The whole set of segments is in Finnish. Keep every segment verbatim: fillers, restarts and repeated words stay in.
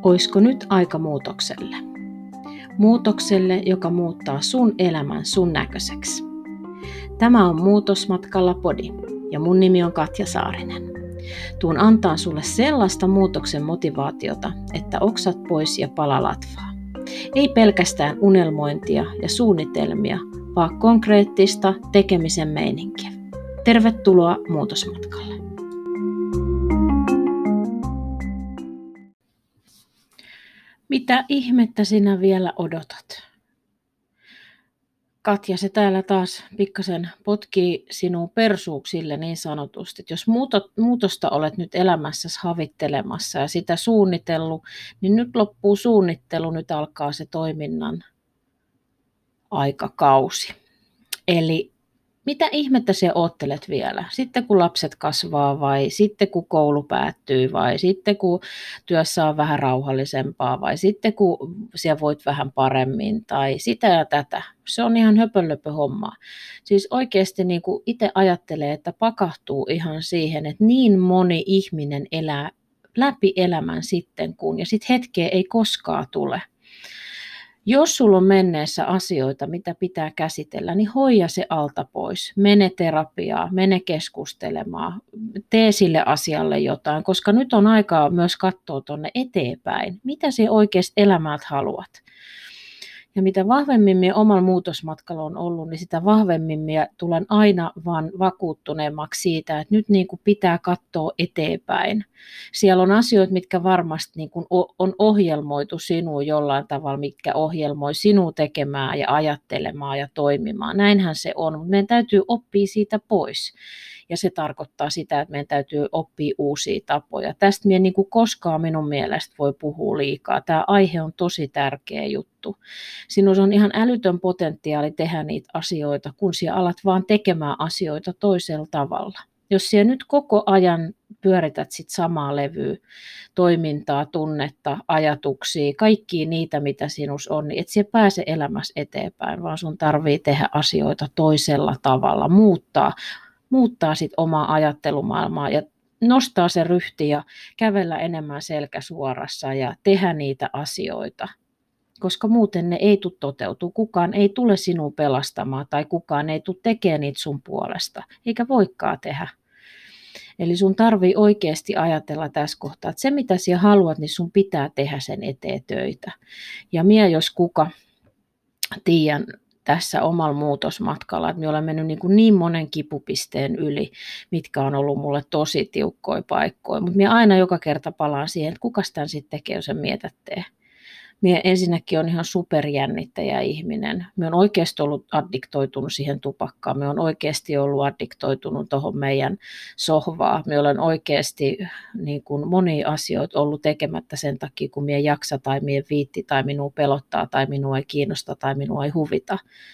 Oisko nyt aika muutokselle? Muutokselle, joka muuttaa sun elämän sun näköiseksi. Tämä on Muutosmatkalla podi ja mun nimi on Katja Saarinen. Tuun antaa sulle sellaista muutoksen motivaatiota, että oksat pois ja pala latvaa. Ei pelkästään unelmointia ja suunnitelmia, vaan konkreettista tekemisen meininkiä. Tervetuloa Muutosmatkalle. Mitä ihmettä sinä vielä odotat? Katja, se täällä taas pikkasen potkii sinua persuuksille niin sanotusti. Jos muutosta olet nyt elämässäsi havittelemassa ja sitä suunnitellut, niin nyt loppuu suunnittelu, nyt alkaa se toiminnan aikakausi. Eli mitä ihmettä sinä oottelet vielä? Sitten kun lapset kasvaa vai sitten kun koulu päättyy vai sitten kun työssä on vähän rauhallisempaa vai sitten kun sinä voit vähän paremmin tai sitä ja tätä. Se on ihan höpölöpö hommaa. Siis oikeasti niin kuin itse ajattelee, että pakahtuu ihan siihen, että niin moni ihminen elää läpi elämän sitten kun ja sitten hetkeä ei koskaan tule. Jos sulla on menneessä asioita, mitä pitää käsitellä, niin hoija se alta pois. Mene terapiaa, mene keskustelemaan, tee sille asialle jotain, koska nyt on aikaa myös katsoa tuonne eteenpäin. Mitä sinä oikeasti elämältä haluat? Ja mitä vahvemmin minä omalla muutosmatkalla on ollut, niin sitä vahvemmin minä tulen aina vaan vakuuttuneemmaksi siitä, että nyt niin kuin pitää katsoa eteenpäin. Siellä on asioita, mitkä varmasti niin kuin on ohjelmoitu sinuun jollain tavalla, mitkä ohjelmoi sinua tekemään ja ajattelemaan ja toimimaan. Näinhän se on, mutta meidän täytyy oppia siitä pois. Ja se tarkoittaa sitä, että meidän täytyy oppia uusia tapoja. Tästä minä niin kuin koskaan minun mielestä voi puhua liikaa. Tämä aihe on tosi tärkeä juttu. Sinulla on ihan älytön potentiaali tehdä niitä asioita, kun sinä alat vaan tekemään asioita toisella tavalla. Jos sinä nyt koko ajan pyörität sit samaa levyä, toimintaa, tunnetta, ajatuksia, kaikkia niitä, mitä sinussa on, niin et sinä pääse elämässä eteenpäin, vaan sun tarvii tehdä asioita toisella tavalla, muuttaa muuttaa sit omaa ajattelumaailmaa ja nostaa se ryhti ja kävellä enemmän selkä suorassa ja tehdä niitä asioita, koska muuten ne ei tule toteutua. Kukaan ei tule sinua pelastamaan tai kukaan ei tule tekemään niitä sun puolesta, eikä voikaan tehdä. Eli sun tarvii oikeasti ajatella tässä kohtaa, että se mitä sinä haluat, niin sun pitää tehdä sen eteen töitä. Ja minä jos kuka tiedän, tässä omalla muutosmatkalla, että minä olen mennyt niin, kuin niin monen kipupisteen yli, mitkä on ollut mulle tosi tiukkoja paikkoja, mutta minä aina joka kerta palaan siihen, että kuka tämän sitten tekee, jos en mietättee. Minä ensinnäkin on ihan superjännittäjä ihminen. Minä olen oikeasti ollut addiktoitunut siihen tupakkaan. Minä olen oikeasti ollut addiktoitunut tuohon meidän sohvaan. Minä olen oikeasti niin kuin monia asioita ollut tekemättä sen takia, kun minä en jaksa tai minä en viitti tai minua pelottaa tai minua ei kiinnosta tai minua ei huvita.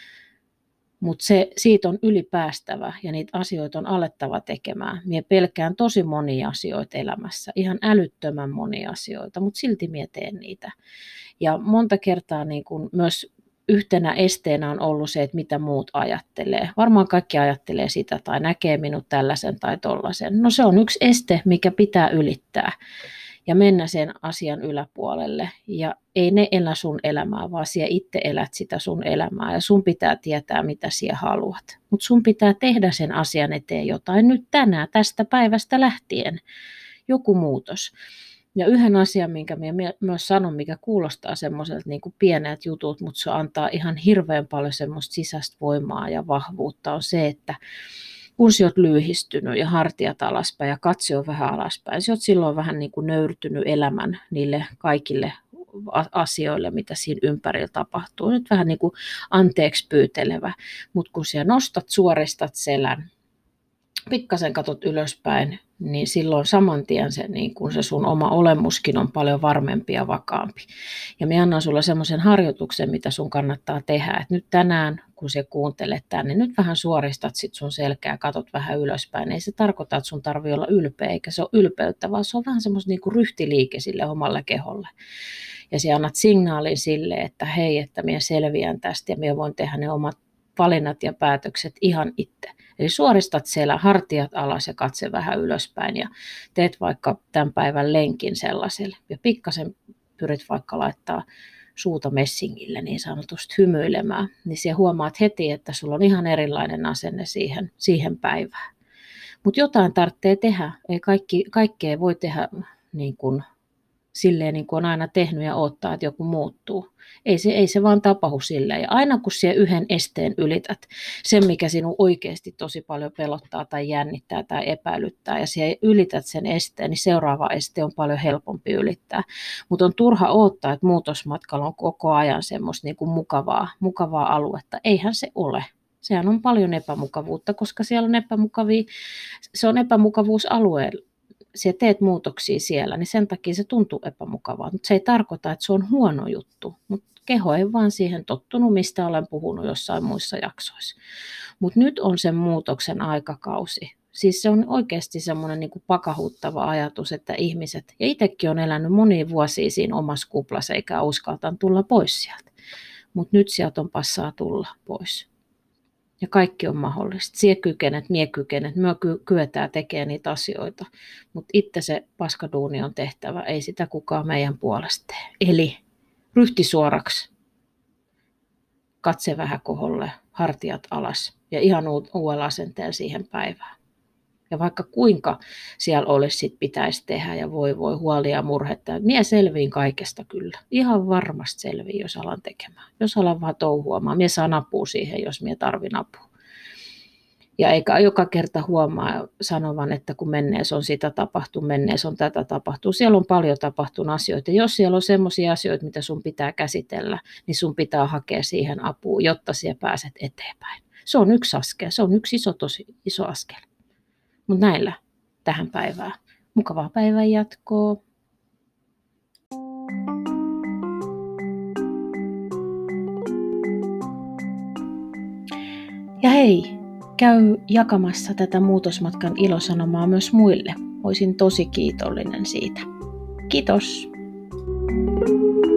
Mutta siitä on ylipäästävä ja niitä asioita on alettava tekemään. Minä pelkään tosi monia asioita elämässä, ihan älyttömän monia asioita, mutta silti minä teen niitä. Ja monta kertaa niin kun myös yhtenä esteenä on ollut se, että mitä muut ajattelee. Varmaan kaikki ajattelee sitä tai näkee minut tällaisen tai tollaisen. No se on yksi este, mikä pitää ylittää ja mennä sen asian yläpuolelle. Ja ei ne elä sun elämää, vaan sinä itse elät sitä sun elämää ja sun pitää tietää, mitä sinä haluat. Mutta sun pitää tehdä sen asian eteen jotain nyt tänään, tästä päivästä lähtien. Joku muutos. Ja yhden asian, minkä minä myös sanon, mikä kuulostaa semmoiselta niin kuin pienet jutut, mutta se antaa ihan hirveän paljon semmoista sisäistä voimaa ja vahvuutta, on se, että kun sinä olet lyyhistynyt ja hartiat alaspäin ja katse on vähän alaspäin, sinä olet silloin vähän niin kuin nöyrtynyt elämän niille kaikille asioille, mitä siinä ympärillä tapahtuu. Nyt vähän niin kuin anteeksi pyytelevä, mutta kun sinä nostat, suoristat selän, pikkasen katot ylöspäin, niin silloin saman tien se, niin kun se sun oma olemuskin on paljon varmempi ja vakaampi. Ja minä annan sulle semmoisen harjoituksen, mitä sun kannattaa tehdä. Et nyt tänään, kun sä kuuntelet tämän, niin nyt vähän suoristat sit sun selkää, katot vähän ylöspäin. Ei se tarkoita, että sun tarvii olla ylpeä, eikä se ole ylpeyttä, vaan se on vähän semmoista niin kuin ryhtiliike sille omalle keholle. Ja sä annat signaalin sille, että hei, että minä selviän tästä ja minä voin tehdä ne omat valinnat ja päätökset ihan itse. Eli suoristat siellä hartiat alas ja katse vähän ylöspäin ja teet vaikka tämän päivän lenkin sellaiselle. Ja pikkasen pyrit vaikka laittaa suuta messingille niin sanotusti hymyilemään, niin siellä huomaat heti, että sulla on ihan erilainen asenne siihen, siihen päivään. Mutta jotain tarvitsee tehdä. Ei kaikki, kaikkea voi tehdä niin kuin, silleen niin kuin on aina tehnyt ja odottaa, että joku muuttuu. Ei se, ei se vaan tapahdu silleen. Ja aina kun siellä yhden esteen ylität, sen mikä sinun oikeasti tosi paljon pelottaa tai jännittää tai epäilyttää, ja siellä ylität sen esteen, niin seuraava este on paljon helpompi ylittää. Mutta on turha odottaa, että muutosmatkalla on koko ajan semmoista niin kuin mukavaa, mukavaa aluetta. Eihän se ole. Sehän on paljon epämukavuutta, koska siellä on epämukavia, se on epämukavuusalueella. Siellä teet muutoksia siellä, niin sen takia se tuntuu epämukavaa. Mutta se ei tarkoita, että se on huono juttu. Mutta keho ei vaan siihen tottunut, mistä olen puhunut jossain muissa jaksoissa. Mutta nyt on sen muutoksen aikakausi. Siis se on oikeasti semmoinen niin kuin pakahuttava ajatus, että ihmiset, ja itsekin on elänyt monia vuosia siinä omassa kuplassa, eikä uskaltaan tulla pois sieltä. Mutta nyt sieltä on passaa tulla pois. Ja kaikki on mahdollista. Sie kykenet, mie kykenet, me kyetään tekemään niitä asioita. Mutta itse se paskaduuni on tehtävä, ei sitä kukaan meidän puolesta tee. Eli ryhti suoraksi, katse vähän koholle, hartiat alas ja ihan uudella asenteella siihen päivään. Ja vaikka kuinka siellä olisi, sit pitäisi tehdä ja voi voi huolia ja murhetta. Mie selviin kaikesta kyllä. Ihan varmasti selviin, jos alan tekemään. Jos alan vaan touhuamaan. Mie saan apua siihen, jos mie tarvin apua. Ja eikä joka kerta huomaa sanovan, että kun menneessä on sitä tapahtuu, menneessä on tätä tapahtuu. Siellä on paljon tapahtunut asioita. Jos siellä on sellaisia asioita, mitä sun pitää käsitellä, niin sun pitää hakea siihen apua, jotta siellä pääset eteenpäin. Se on yksi askel. Se on yksi iso, tosi iso askel. Mutta näillä tähän päivään. Mukavaa päivän jatkoa. Ja hei, käy jakamassa tätä muutosmatkan ilosanomaa myös muille. Olisin tosi kiitollinen siitä. Kiitos.